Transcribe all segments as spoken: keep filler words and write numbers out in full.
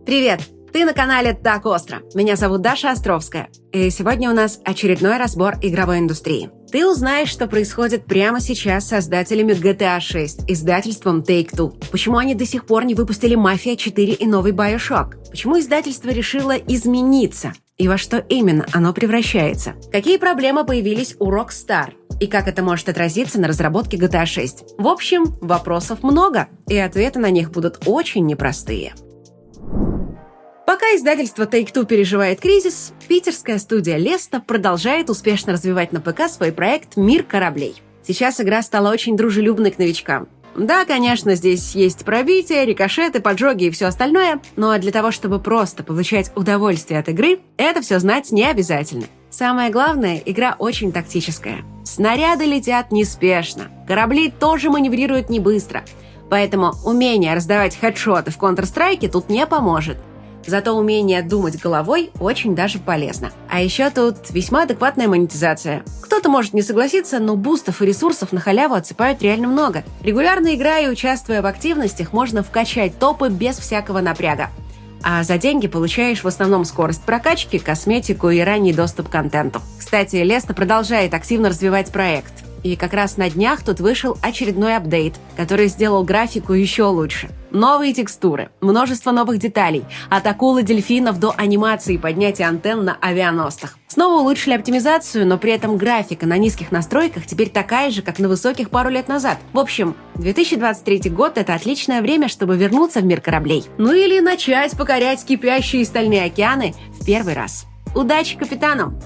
Привет! Ты на канале «Так остро». Меня зовут Даша Островская. И сегодня у нас очередной разбор игровой индустрии. Ты узнаешь, что происходит прямо сейчас с создателями джи ти эй шесть, издательством Take-Two. Почему они до сих пор не выпустили «Мафия четыре» и новый «Bioshock». Почему издательство решило измениться? И во что именно оно превращается? Какие проблемы появились у Rockstar? И как это может отразиться на разработке джи ти эй шесть? В общем, вопросов много, и ответы на них будут очень непростые. Пока издательство Take-Two переживает кризис, питерская студия Леста продолжает успешно развивать на ПК свой проект «Мир кораблей». Сейчас игра стала очень дружелюбной к новичкам. Да, конечно, здесь есть пробития, рикошеты, поджоги и все остальное, но для того, чтобы просто получать удовольствие от игры, это все знать не обязательно. Самое главное, игра очень тактическая. Снаряды летят неспешно, корабли тоже маневрируют не быстро, поэтому умение раздавать хедшоты в Counter-Strike тут не поможет. Зато умение думать головой очень даже полезно. А еще тут весьма адекватная монетизация. Кто-то может не согласиться, но бустов и ресурсов на халяву отсыпают реально много. Регулярно играя и участвуя в активностях, можно вкачать топы без всякого напряга. А за деньги получаешь в основном скорость прокачки, косметику и ранний доступ к контенту. Кстати, Леста продолжает активно развивать проект. И как раз на днях тут вышел очередной апдейт, который сделал графику еще лучше. Новые текстуры, множество новых деталей, от акул и дельфинов до анимации поднятия антенн на авианосцах. Снова улучшили оптимизацию, но при этом графика на низких настройках теперь такая же, как на высоких пару лет назад. В общем, две тысячи двадцать третий год – это отличное время, чтобы вернуться в мир кораблей. Ну или начать покорять кипящие стальные океаны в первый раз. Удачи капитанам!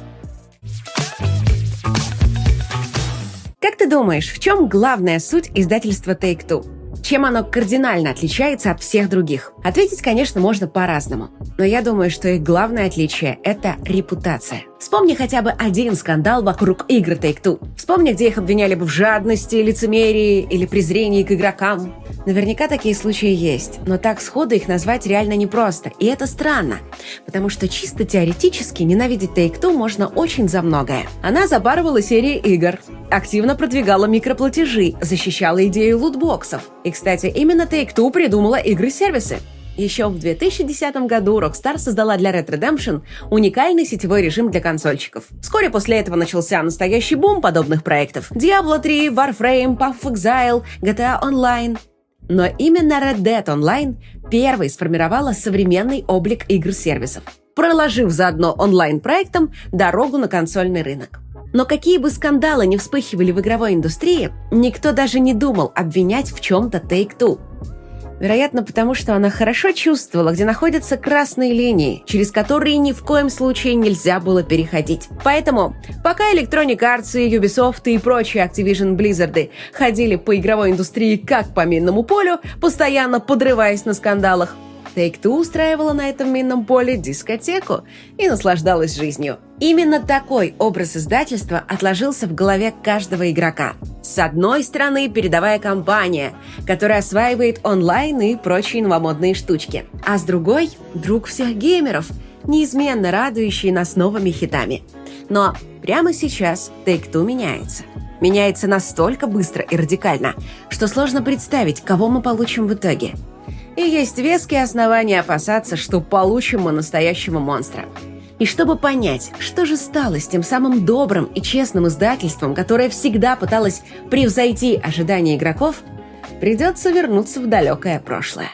Как ты думаешь, в чем главная суть издательства Take-Two? Чем оно кардинально отличается от всех других? Ответить, конечно, можно по-разному. Но я думаю, что их главное отличие – это репутация. Вспомни хотя бы один скандал вокруг игр Take-Two. Вспомни, где их обвиняли бы в жадности, лицемерии или презрении к игрокам. Наверняка такие случаи есть, но так сходу их назвать реально непросто. И это странно, потому что чисто теоретически ненавидеть Take-Two можно очень за многое. Она запарывала серии игр, активно продвигала микроплатежи, защищала идею лутбоксов. И, кстати, именно Take-Two придумала игры-сервисы. Еще в две тысячи десятом году Rockstar создала для Red Redemption уникальный сетевой режим для консольщиков. Вскоре после этого начался настоящий бум подобных проектов. Diablo три, Warframe, Path of Exile, джи ти эй Online. Но именно Red Dead Online первой сформировала современный облик игр-сервисов, проложив заодно онлайн-проектам дорогу на консольный рынок. Но какие бы скандалы ни вспыхивали в игровой индустрии, никто даже не думал обвинять в чем-то Take-Two. Вероятно, потому что она хорошо чувствовала, где находятся красные линии, через которые ни в коем случае нельзя было переходить. Поэтому, пока Electronic Arts, Ubisoft и прочие Activision Blizzard ходили по игровой индустрии как по минному полю, постоянно подрываясь на скандалах, Take-Two устраивала на этом минном поле дискотеку и наслаждалась жизнью. Именно такой образ издательства отложился в голове каждого игрока. С одной стороны, передовая компания, которая осваивает онлайн и прочие новомодные штучки. А с другой – друг всех геймеров, неизменно радующий нас новыми хитами. Но прямо сейчас Take-Two меняется. Меняется настолько быстро и радикально, что сложно представить, кого мы получим в итоге. И есть веские основания опасаться, что получим мы настоящего монстра. И чтобы понять, что же стало с тем самым добрым и честным издательством, которое всегда пыталось превзойти ожидания игроков, придется вернуться в далекое прошлое.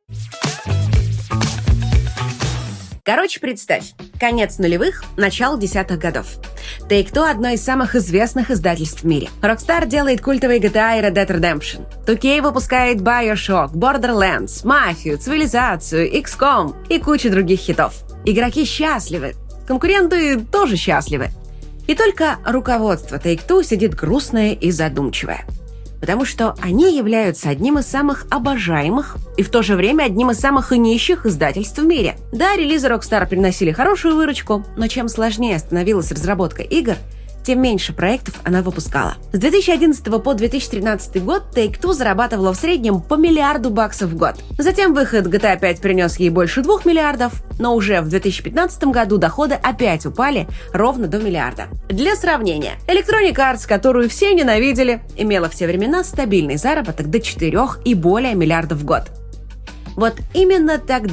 Короче, представь, конец нулевых, начало десятых годов. Take-Two – одно из самых известных издательств в мире. Rockstar делает культовые джи ти эй и Red Dead Redemption. ту кей выпускает Bioshock, Borderlands, Мафию, Цивилизацию, икс ком и кучу других хитов. Игроки счастливы, конкуренты тоже счастливы. И только руководство Take-Two сидит грустное и задумчивое. Потому что они являются одним из самых обожаемых и в то же время одним из самых нищих издательств в мире. Да, релизы Rockstar приносили хорошую выручку, но чем сложнее становилась разработка игр, тем меньше проектов она выпускала. С две тысячи одиннадцатого по две тысячи тринадцатый год Take-Two зарабатывала в среднем по миллиарду баксов в год. Затем выход джи ти эй пять принес ей больше двух миллиардов, но уже в две тысячи пятнадцатом году доходы опять упали ровно до миллиарда. Для сравнения, Electronic Arts, которую все ненавидели, имела в те времена стабильный заработок до четырёх и более миллиардов в год. Вот именно тогда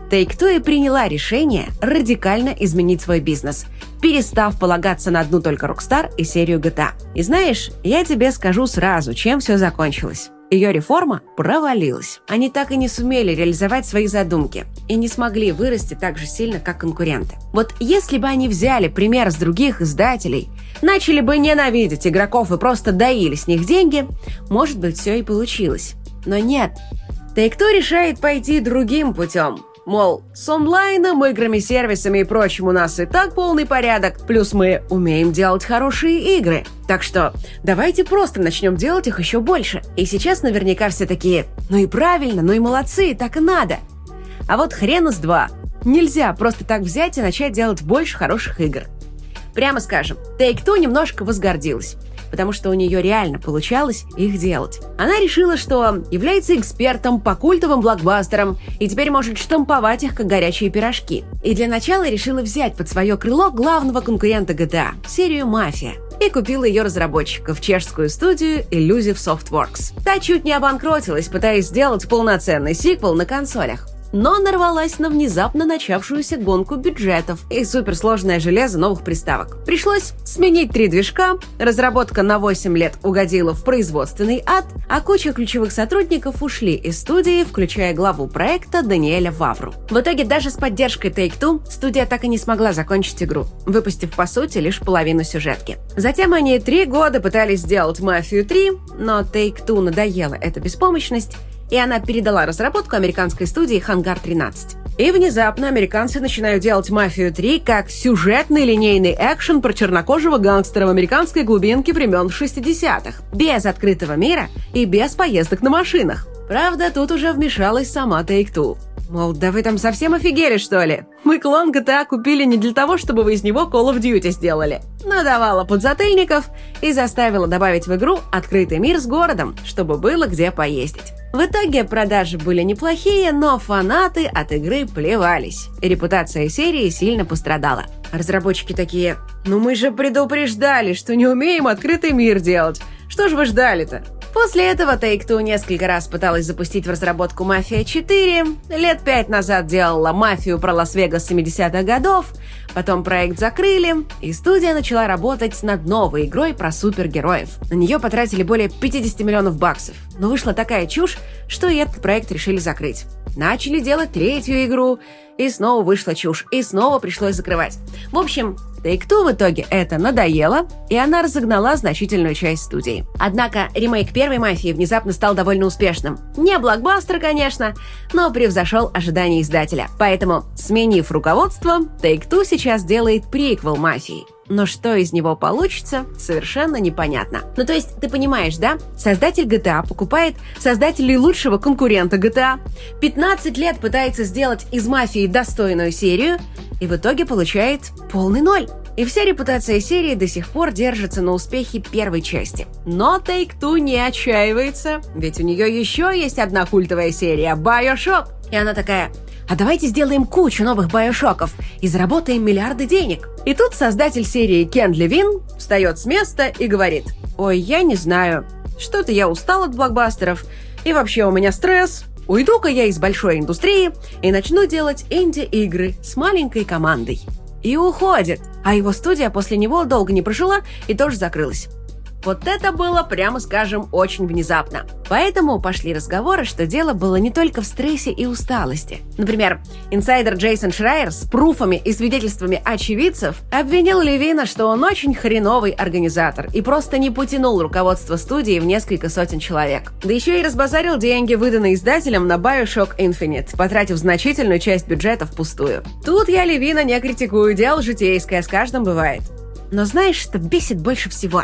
Take-Two и приняла решение радикально изменить свой бизнес, перестав полагаться на одну только Rockstar и серию джи ти эй. И знаешь, я тебе скажу сразу, чем все закончилось. Ее реформа провалилась. Они так и не сумели реализовать свои задумки и не смогли вырасти так же сильно, как конкуренты. Вот если бы они взяли пример с других издателей, начали бы ненавидеть игроков и просто доили с них деньги, может быть, все и получилось. Но нет. Take-Two решает пойти другим путем. Мол, с онлайном, играми, сервисами и прочим у нас и так полный порядок, плюс мы умеем делать хорошие игры. Так что давайте просто начнем делать их еще больше. И сейчас наверняка все такие: ну и правильно, ну и молодцы, так и надо. А вот хрена с два. Нельзя просто так взять и начать делать больше хороших игр. Прямо скажем, Take-Two немножко возгордилась, потому что у нее реально получалось их делать. Она решила, что является экспертом по культовым блокбастерам и теперь может штамповать их, как горячие пирожки. И для начала решила взять под свое крыло главного конкурента джи ти эй – серию «Мафия». И купила ее разработчиков, чешскую студию Illusive Softworks. Та чуть не обанкротилась, пытаясь сделать полноценный сиквел на консолях. Но нарвалась на внезапно начавшуюся гонку бюджетов и суперсложное железо новых приставок. Пришлось сменить три движка, разработка на восемь лет угодила в производственный ад, а куча ключевых сотрудников ушли из студии, включая главу проекта Даниэля Вавру. В итоге даже с поддержкой Take-Two студия так и не смогла закончить игру, выпустив по сути лишь половину сюжетки. Затем они три года пытались сделать «Мафию три», но Take-Two надоела эта беспомощность, и она передала разработку американской студии Hangar тринадцать. И внезапно американцы начинают делать «Мафию три» как сюжетный линейный экшен про чернокожего гангстера в американской глубинке времен шестидесятых, без открытого мира и без поездок на машинах. Правда, тут уже вмешалась сама Take-Two. Мол, да вы там совсем офигели, что ли? Мы клон джи ти эй купили не для того, чтобы вы из него Call of Duty сделали. Надавала подзатыльников и заставила добавить в игру открытый мир с городом, чтобы было где поездить. В итоге продажи были неплохие, но фанаты от игры плевались. И репутация серии сильно пострадала. Разработчики такие: ну мы же предупреждали, что не умеем открытый мир делать. Что же вы ждали-то? После этого Take-Two несколько раз пыталась запустить в разработку «Мафия четыре», лет пять назад делала «Мафию» про Лас-Вегас семидесятых годов, потом проект закрыли, и студия начала работать над новой игрой про супергероев. На нее потратили более пятьдесят миллионов баксов, но вышла такая чушь, что и этот проект решили закрыть. Начали делать третью игру, и снова вышла чушь, и снова пришлось закрывать. В общем, Take-Two в итоге это надоело, и она разогнала значительную часть студии. Однако ремейк первой «Мафии» внезапно стал довольно успешным. Не блокбастер, конечно, но превзошел ожидания издателя. Поэтому, сменив руководство, Take-Two сейчас делает приквел «Мафии». Но что из него получится, совершенно непонятно. Ну то есть, ты понимаешь, да? Создатель джи ти эй покупает создателей лучшего конкурента джи ти эй, пятнадцать лет пытается сделать из «Мафии» достойную серию, и в итоге получает полный ноль. И вся репутация серии до сих пор держится на успехе первой части. Но Take-Two не отчаивается, ведь у нее еще есть одна культовая серия – BioShock. И она такая: а давайте сделаем кучу новых Байошоков и заработаем миллиарды денег. И тут создатель серии Кен Левин встает с места и говорит: ой, я не знаю, что-то я устал от блокбастеров, и вообще у меня стресс. Уйду-ка я из большой индустрии и начну делать инди-игры с маленькой командой. И уходит. А его студия после него долго не прожила и тоже закрылась. Вот это было, прямо скажем, очень внезапно. Поэтому пошли разговоры, что дело было не только в стрессе и усталости. Например, инсайдер Джейсон Шрайер с пруфами и свидетельствами очевидцев обвинил Левина, что он очень хреновый организатор и просто не потянул руководство студии в несколько сотен человек. Да еще и разбазарил деньги, выданные издателям на BioShock Infinite, потратив значительную часть бюджета впустую. Тут я Левина не критикую, дело житейское, с каждым бывает. Но знаешь, что бесит больше всего?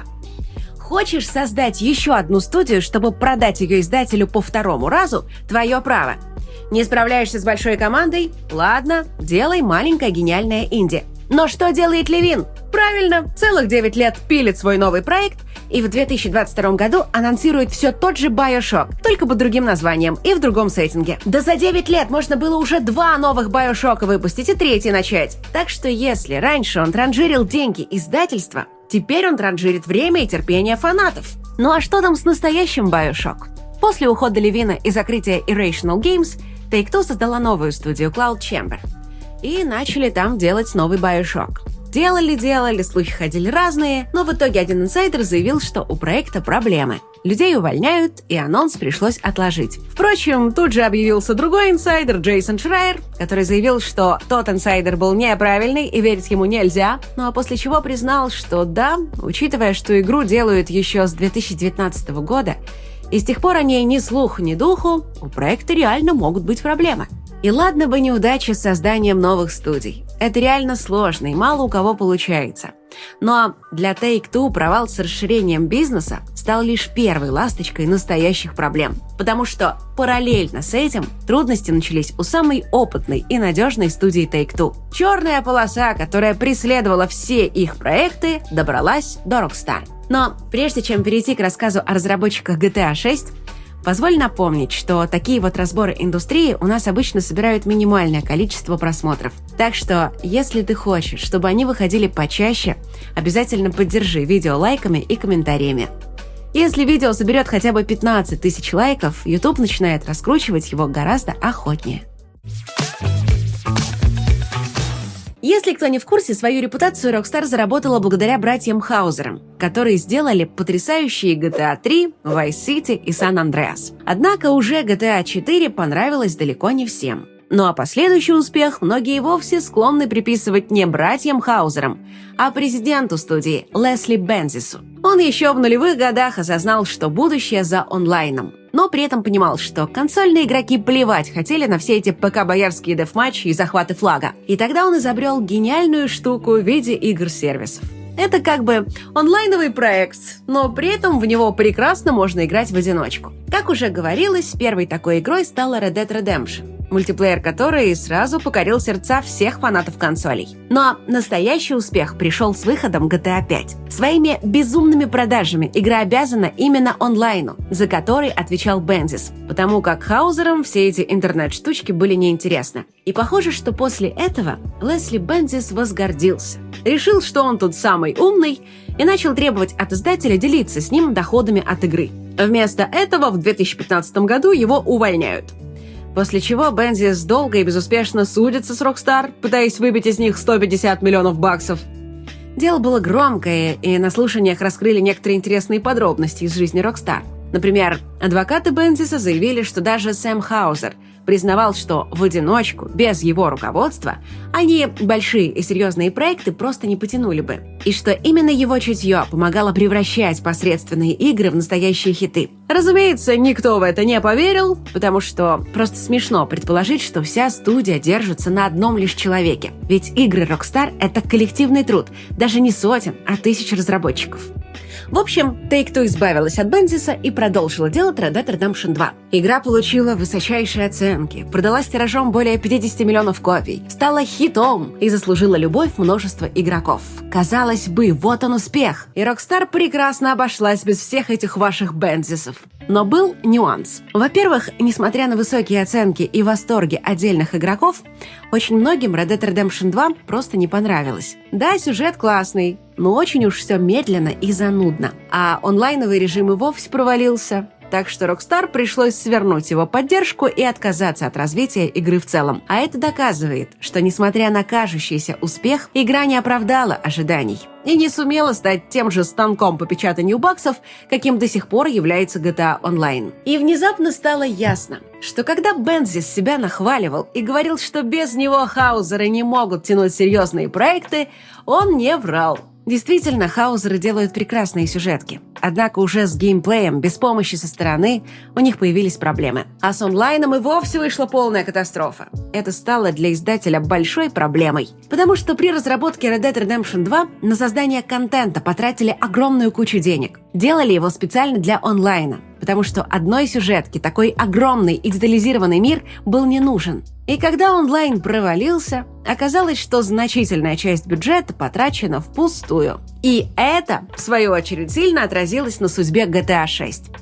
Хочешь создать еще одну студию, чтобы продать ее издателю по второму разу? Твое право. Не справляешься с большой командой? Ладно, делай маленькое гениальное инди. Но что делает Левин? Правильно, целых девять лет пилит свой новый проект, и в две тысячи двадцать втором году анонсирует все тот же BioShock, только под другим названием и в другом сеттинге. Да за девять лет можно было уже два новых BioShock'а выпустить и третий начать. Так что если раньше он транжирил деньги издательства, теперь он транжирит время и терпение фанатов. Ну а что там с настоящим BioShock? После ухода Левина и закрытия Irrational Games, Take-Two создала новую студию Cloud Chamber и начали там делать новый BioShock. Делали-делали, слухи ходили разные, но в итоге один инсайдер заявил, что у проекта проблемы. Людей увольняют, и анонс пришлось отложить. Впрочем, тут же объявился другой инсайдер, Джейсон Шрайер, который заявил, что тот инсайдер был неправильный и верить ему нельзя, ну а после чего признал, что да, учитывая, что игру делают еще с две тысячи девятнадцатого года, и с тех пор о ней ни слуху, ни духу, у проекта реально могут быть проблемы. И ладно бы неудачи с созданием новых студий. Это реально сложно и мало у кого получается. Но для Take-Two провал с расширением бизнеса стал лишь первой ласточкой настоящих проблем. Потому что параллельно с этим трудности начались у самой опытной и надежной студии Take-Two. Черная полоса, которая преследовала все их проекты, добралась до Rockstar. Но прежде чем перейти к рассказу о разработчиках джи ти эй шесть, позволь напомнить, что такие вот разборы индустрии у нас обычно собирают минимальное количество просмотров. Так что, если ты хочешь, чтобы они выходили почаще, обязательно поддержи видео лайками и комментариями. Если видео соберет хотя бы пятнадцать тысяч лайков, YouTube начинает раскручивать его гораздо охотнее. Если кто не в курсе, свою репутацию Rockstar заработала благодаря братьям Хаузерам, которые сделали потрясающие джи ти эй три, Vice City и San Andreas. Однако уже джи ти эй четыре понравилось далеко не всем. Ну а последующий успех многие вовсе склонны приписывать не братьям Хаузерам, а президенту студии Лесли Бензису. Он еще в нулевых годах осознал, что будущее за онлайном, но при этом понимал, что консольные игроки плевать хотели на все эти ПК-боярские дефматчи и захваты флага. И тогда он изобрел гениальную штуку в виде игр-сервисов. Это как бы онлайновый проект, но при этом в него прекрасно можно играть в одиночку. Как уже говорилось, первой такой игрой стала Red Dead Redemption, мультиплеер которой сразу покорил сердца всех фанатов консолей. Но настоящий успех пришел с выходом джи ти эй пять. Своими безумными продажами игра обязана именно онлайну, за который отвечал Бензис, потому как Хаузерам все эти интернет-штучки были неинтересны. И похоже, что после этого Лесли Бензис возгордился. Решил, что он тут самый умный, и начал требовать от издателя делиться с ним доходами от игры. Вместо этого в две тысячи пятнадцатом году его увольняют. После чего Бензис долго и безуспешно судится с Rockstar, пытаясь выбить из них сто пятьдесят миллионов баксов. Дело было громкое, и на слушаниях раскрыли некоторые интересные подробности из жизни Rockstar. Например, адвокаты Бензиса заявили, что даже Сэм Хаузер признавал, что в одиночку, без его руководства, они большие и серьезные проекты просто не потянули бы. И что именно его чутье помогало превращать посредственные игры в настоящие хиты. Разумеется, никто в это не поверил, потому что просто смешно предположить, что вся студия держится на одном лишь человеке. Ведь игры Rockstar — это коллективный труд, даже не сотен, а тысяч разработчиков. В общем, Take-Two избавилась от Бензиса и продолжила делать Red Dead Redemption два. Игра получила высочайшие оценки, продалась тиражом более пятьдесят миллионов копий, стала хитом и заслужила любовь множества игроков. Казалось бы, вот он успех, и Rockstar прекрасно обошлась без всех этих ваших Бензисов. Но был нюанс. Во-первых, несмотря на высокие оценки и восторги отдельных игроков, очень многим Red Dead Redemption два просто не понравилось. Да, сюжет классный, но очень уж все медленно и занудно. А онлайновый режим и вовсе провалился. Так что Rockstar пришлось свернуть его поддержку и отказаться от развития игры в целом. А это доказывает, что, несмотря на кажущийся успех, игра не оправдала ожиданий и не сумела стать тем же станком по печатанию баксов, каким до сих пор является джи ти эй Online. И внезапно стало ясно, что когда Бензис себя нахваливал и говорил, что без него Хаузеры не могут тянуть серьезные проекты, он не врал. Действительно, Хаузеры делают прекрасные сюжетки. Однако уже с геймплеем, без помощи со стороны, у них появились проблемы. А с онлайном и вовсе вышла полная катастрофа. Это стало для издателя большой проблемой. Потому что при разработке Red Dead Redemption два на создание контента потратили огромную кучу денег. Делали его специально для онлайна, потому что одной сюжетке такой огромный и детализированный мир был не нужен. И когда онлайн провалился, оказалось, что значительная часть бюджета потрачена впустую. И это, в свою очередь, сильно отразилось на судьбе джи ти эй шесть.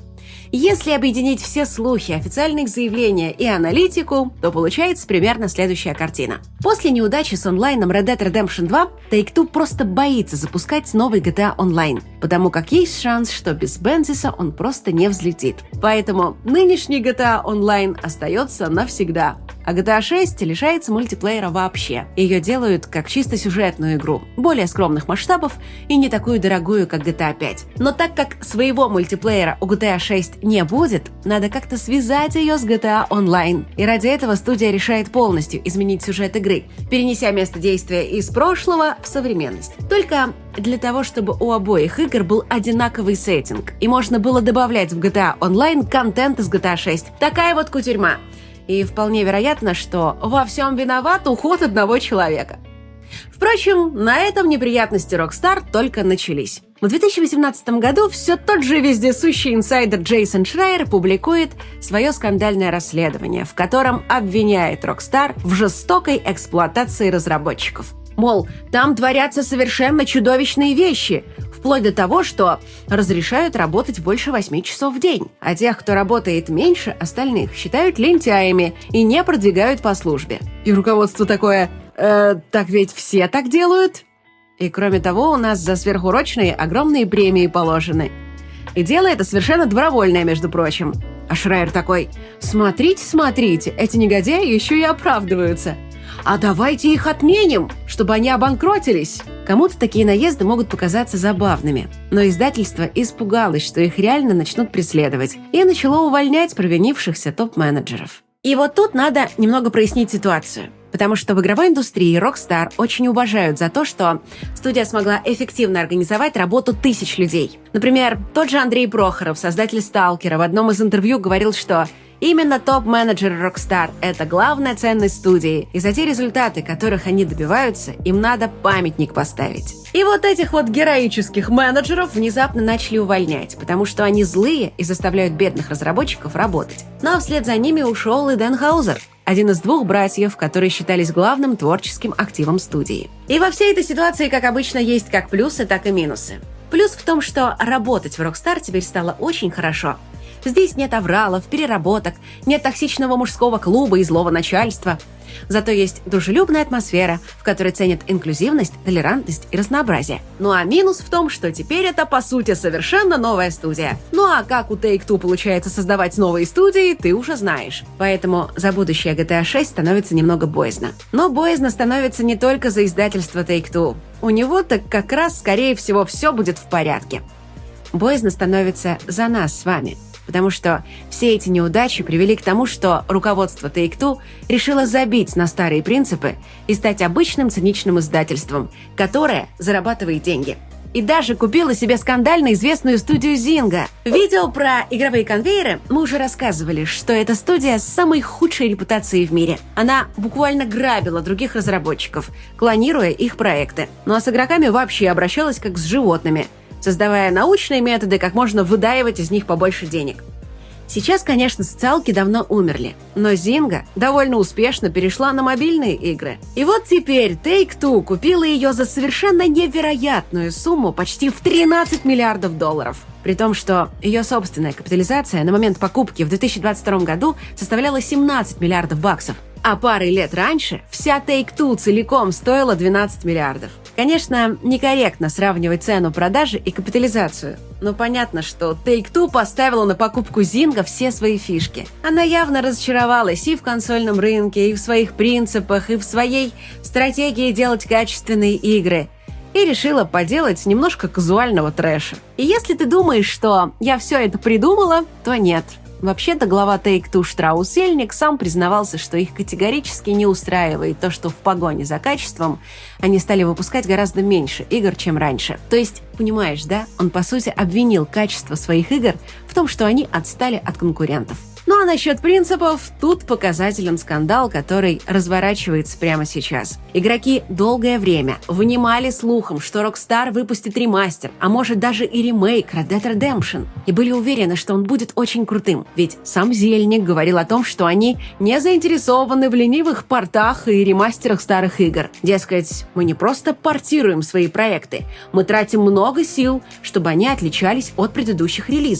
Если объединить все слухи, официальные заявления и аналитику, то получается примерно следующая картина. После неудачи с онлайном Red Dead Redemption два Take-Two просто боится запускать новый джи ти эй онлайн, потому как есть шанс, что без Бензиса он просто не взлетит. Поэтому нынешний джи ти эй онлайн остается навсегда. А джи ти эй шесть лишается мультиплеера вообще. Ее делают как чисто сюжетную игру, более скромных масштабов и не такую дорогую, как джи ти эй пять. Но так как своего мультиплеера у джи ти эй шесть не будет, надо как-то связать ее с джи ти эй онлайн. И ради этого студия решает полностью изменить сюжет игры, перенеся место действия из прошлого в современность. Только для того, чтобы у обоих игр был одинаковый сеттинг, и можно было добавлять в джи ти эй онлайн контент из джи ти эй шесть. Такая вот кутерьма. И вполне вероятно, что во всем виноват уход одного человека. Впрочем, на этом неприятности Rockstar только начались. В две тысячи восемнадцатом году все тот же вездесущий инсайдер Джейсон Шрайер публикует свое скандальное расследование, в котором обвиняет Rockstar в жестокой эксплуатации разработчиков. Мол, там творятся совершенно чудовищные вещи, вплоть до того, что разрешают работать больше восьми часов в день, а тех, кто работает меньше остальных, считают лентяями и не продвигают по службе. И руководство такое: э, так ведь все так делают? И кроме того, у нас за сверхурочные огромные премии положены. И дело это совершенно добровольное, между прочим. А Шрайер такой: смотрите, смотрите, эти негодяи еще и оправдываются. А давайте их отменим, чтобы они обанкротились. Кому-то такие наезды могут показаться забавными, но издательство испугалось, что их реально начнут преследовать, и начало увольнять провинившихся топ-менеджеров. И вот тут надо немного прояснить ситуацию, потому что в игровой индустрии Rockstar очень уважают за то, что студия смогла эффективно организовать работу тысяч людей. Например, тот же Андрей Прохоров, создатель «Сталкера», в одном из интервью говорил, что именно топ-менеджеры Rockstar – это главная ценность студии, и за те результаты, которых они добиваются, им надо памятник поставить. И вот этих вот героических менеджеров внезапно начали увольнять, потому что они злые и заставляют бедных разработчиков работать. Но вслед за ними ушел и Дэн Хаузер, один из двух братьев, которые считались главным творческим активом студии. И во всей этой ситуации, как обычно, есть как плюсы, так и минусы. Плюс в том, что работать в Rockstar теперь стало очень хорошо. Здесь нет авралов, переработок, нет токсичного мужского клуба и злого начальства. Зато есть дружелюбная атмосфера, в которой ценят инклюзивность, толерантность и разнообразие. Ну а минус в том, что теперь это, по сути, совершенно новая студия. Ну а как у Take-Two получается создавать новые студии, ты уже знаешь. Поэтому за будущее джи ти эй шесть становится немного боязно. Но боязно становится не только за издательство Take-Two. У него-то как раз, скорее всего, все будет в порядке. Боязно становится за нас с вами. Потому что все эти неудачи привели к тому, что руководство Take-Two решило забить на старые принципы и стать обычным циничным издательством, которое зарабатывает деньги. И даже купила себе скандально известную студию Zynga. В видео про игровые конвейеры мы уже рассказывали, что эта студия с самой худшей репутацией в мире. Она буквально грабила других разработчиков, клонируя их проекты. Ну а с игроками вообще обращалась как с животными, создавая научные методы, как можно выдаивать из них побольше денег. Сейчас, конечно, социалки давно умерли, но Zynga довольно успешно перешла на мобильные игры. И вот теперь Take-Two купила ее за совершенно невероятную сумму почти в тринадцать миллиардов долларов. При том, что ее собственная капитализация на момент покупки в две тысячи двадцать втором году составляла семнадцать миллиардов баксов. А парой лет раньше вся Take-Two целиком стоила двенадцать миллиардов. Конечно, некорректно сравнивать цену продажи и капитализацию, но понятно, что Take-Two поставила на покупку Zynga все свои фишки. Она явно разочаровалась и в консольном рынке, и в своих принципах, и в своей стратегии делать качественные игры, и решила поделать немножко казуального трэша. И если ты думаешь, что я все это придумала, то нет. Вообще-то глава Take-Two Штраус Ельник сам признавался, что их категорически не устраивает то, что в погоне за качеством они стали выпускать гораздо меньше игр, чем раньше. То есть, понимаешь, да, он по сути обвинил качество своих игр в том, что они отстали от конкурентов. Ну а насчет принципов, тут показателен скандал, который разворачивается прямо сейчас. Игроки долгое время внимали слухам, что Rockstar выпустит ремастер, а может даже и ремейк Red Dead Redemption, и были уверены, что он будет очень крутым. Ведь сам Зельник говорил о том, что они не заинтересованы в ленивых портах и ремастерах старых игр. Дескать, мы не просто портируем свои проекты, мы тратим много сил, чтобы они отличались от предыдущих релизов.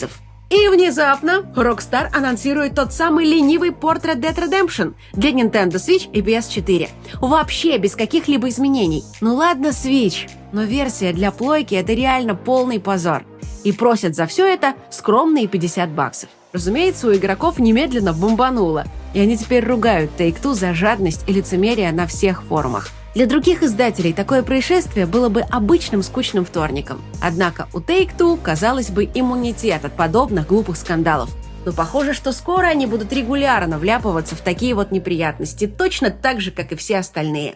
И внезапно Rockstar анонсирует тот самый ленивый Portrait Dead Redemption для Nintendo Switch и пи эс четыре. Вообще без каких-либо изменений. Ну ладно, Switch, но версия для плойки – это реально полный позор. И просят за все это скромные пятьдесят баксов. Разумеется, у игроков немедленно бомбануло, и они теперь ругают Take-Two за жадность и лицемерие на всех форумах. Для других издателей такое происшествие было бы обычным скучным вторником. Однако у Take-Two, казалось бы, иммунитет от подобных глупых скандалов. Но похоже, что скоро они будут регулярно вляпываться в такие вот неприятности, точно так же, как и все остальные.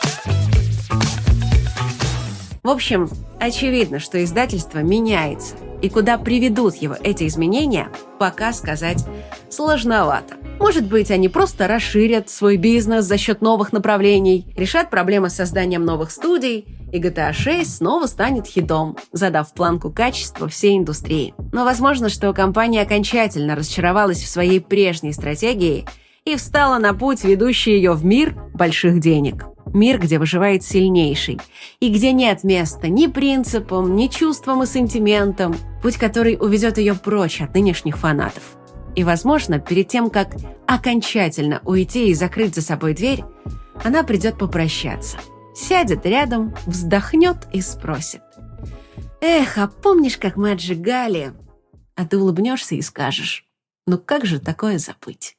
В общем, очевидно, что издательство меняется, и куда приведут его эти изменения, пока сказать сложновато. Может быть, они просто расширят свой бизнес за счет новых направлений, решат проблемы с созданием новых студий, и джи ти эй шесть снова станет хитом, задав планку качества всей индустрии. Но возможно, что компания окончательно разочаровалась в своей прежней стратегии и встала на путь, ведущий ее в мир больших денег. Мир, где выживает сильнейший, и где нет места ни принципам, ни чувствам и сантиментам, путь, который уведет ее прочь от нынешних фанатов. И, возможно, перед тем, как окончательно уйти и закрыть за собой дверь, она придет попрощаться, сядет рядом, вздохнет и спросит: «Эх, а помнишь, как мы отжигали?» А ты улыбнешься и скажешь: «Ну как же такое забыть?»